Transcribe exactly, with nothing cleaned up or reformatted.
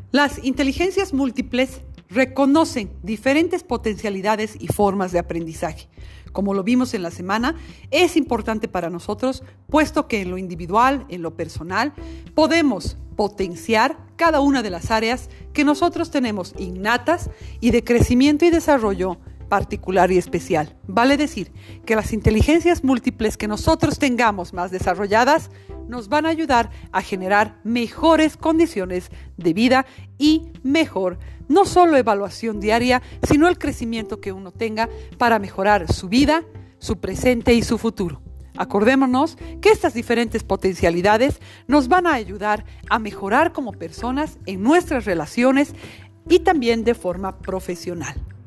Las inteligencias múltiples reconocen diferentes potencialidades y formas de aprendizaje. Como lo vimos en la semana, es importante para nosotros, puesto que en lo individual, en lo personal, podemos potenciar cada una de las áreas que nosotros tenemos innatas y de crecimiento y desarrollo particular y especial. Vale decir que las inteligencias múltiples que nosotros tengamos más desarrolladas nos van a ayudar a generar mejores condiciones de vida y mejor, no solo evaluación diaria, sino el crecimiento que uno tenga para mejorar su vida, su presente y su futuro. Acordémonos que estas diferentes potencialidades nos van a ayudar a mejorar como personas en nuestras relaciones y también de forma profesional.